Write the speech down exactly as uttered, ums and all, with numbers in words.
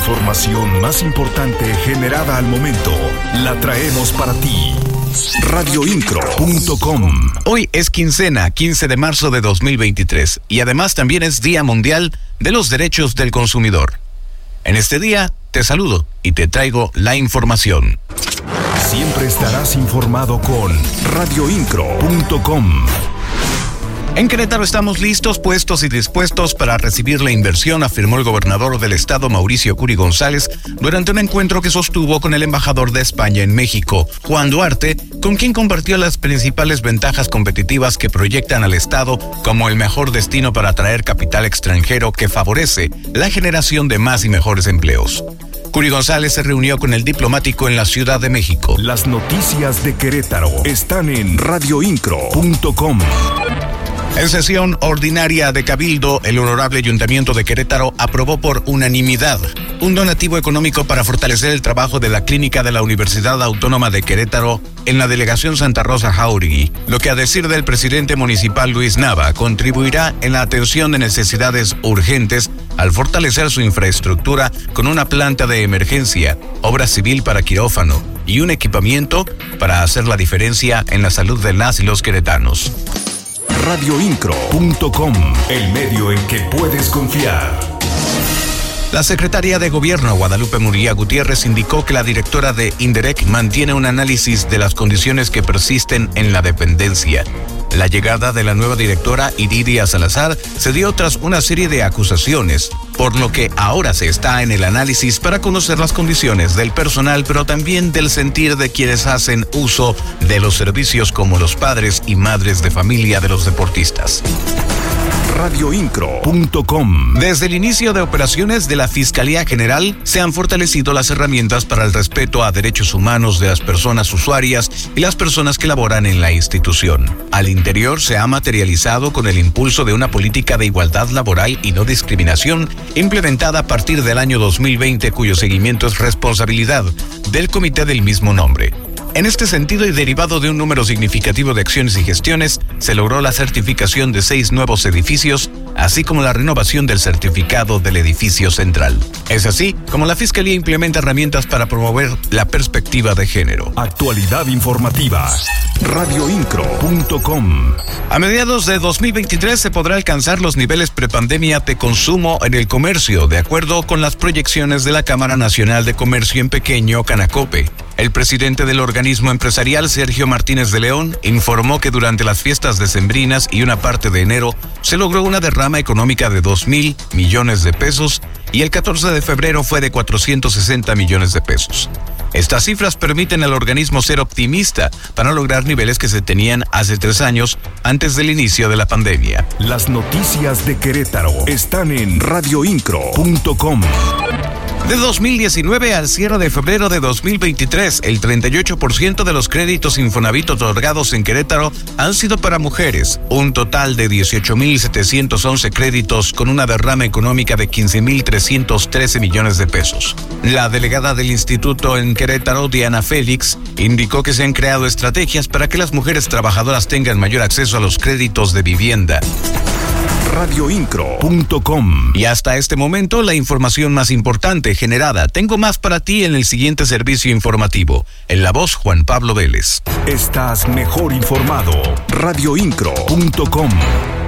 información más importante generada al momento la traemos para ti. radio incro punto com. Hoy es quincena, quince de marzo de dos mil veintitrés, y además también es Día Mundial de los Derechos del Consumidor. En este día te saludo y te traigo la información. Siempre estarás informado con radio incro punto com. En Querétaro estamos listos, puestos y dispuestos para recibir la inversión, afirmó el gobernador del estado, Mauricio Curi González, durante un encuentro que sostuvo con el embajador de España en México, Juan Duarte, con quien compartió las principales ventajas competitivas que proyectan al estado como el mejor destino para atraer capital extranjero que favorece la generación de más y mejores empleos. Curi González se reunió con el diplomático en la Ciudad de México. Las noticias de Querétaro están en radio incro punto com. En sesión ordinaria de Cabildo, el Honorable Ayuntamiento de Querétaro aprobó por unanimidad un donativo económico para fortalecer el trabajo de la clínica de la Universidad Autónoma de Querétaro en la delegación Santa Rosa Jáuregui, lo que a decir del presidente municipal Luis Nava contribuirá en la atención de necesidades urgentes al fortalecer su infraestructura con una planta de emergencia, obra civil para quirófano y un equipamiento para hacer la diferencia en la salud de las y los queretanos. radio incro punto com, el medio en que puedes confiar. La secretaria de Gobierno, Guadalupe Murguía Gutiérrez, indicó que la directora de INDEREC mantiene un análisis de las condiciones que persisten en la dependencia. La llegada de la nueva directora, Iridia Salazar, se dio tras una serie de acusaciones, por lo que ahora se está en el análisis para conocer las condiciones del personal, pero también del sentir de quienes hacen uso de los servicios, como los padres y madres de familia de los deportistas. radio incro punto com. Desde el inicio de operaciones de la Fiscalía General se han fortalecido las herramientas para el respeto a derechos humanos de las personas usuarias y las personas que laboran en la institución. Al interior se ha materializado con el impulso de una política de igualdad laboral y no discriminación implementada a partir del año dos mil veinte, cuyo seguimiento es responsabilidad del comité del mismo nombre. En este sentido, y derivado de un número significativo de acciones y gestiones, se logró la certificación de seis nuevos edificios, así como la renovación del certificado del edificio central. Es así como la Fiscalía implementa herramientas para promover la perspectiva de género. Actualidad informativa. radio incro punto com. A mediados de dos mil veintitrés se podrá alcanzar los niveles prepandemia de consumo en el comercio, de acuerdo con las proyecciones de la Cámara Nacional de Comercio en Pequeño, Canacope. El presidente del organismo empresarial, Sergio Martínez de León, informó que durante las fiestas decembrinas y una parte de enero se logró una derrama económica de dos mil millones de pesos y el catorce de febrero fue de cuatrocientos sesenta millones de pesos. Estas cifras permiten al organismo ser optimista para lograr niveles que se tenían hace tres años antes del inicio de la pandemia. Las noticias de Querétaro están en radio incro punto com. De dos mil diecinueve al cierre de febrero de dos mil veintitrés, el treinta y ocho por ciento de los créditos Infonavit otorgados en Querétaro han sido para mujeres, un total de dieciocho mil setecientos once créditos con una derrama económica de quince mil trescientos trece millones de pesos. La delegada del instituto en Querétaro, Diana Félix, indicó que se han creado estrategias para que las mujeres trabajadoras tengan mayor acceso a los créditos de vivienda. radio incro punto com. Y hasta este momento, la información más importante generada. Tengo más para ti en el siguiente servicio informativo. En la voz, Juan Pablo Vélez. Estás mejor informado. radio incro punto com.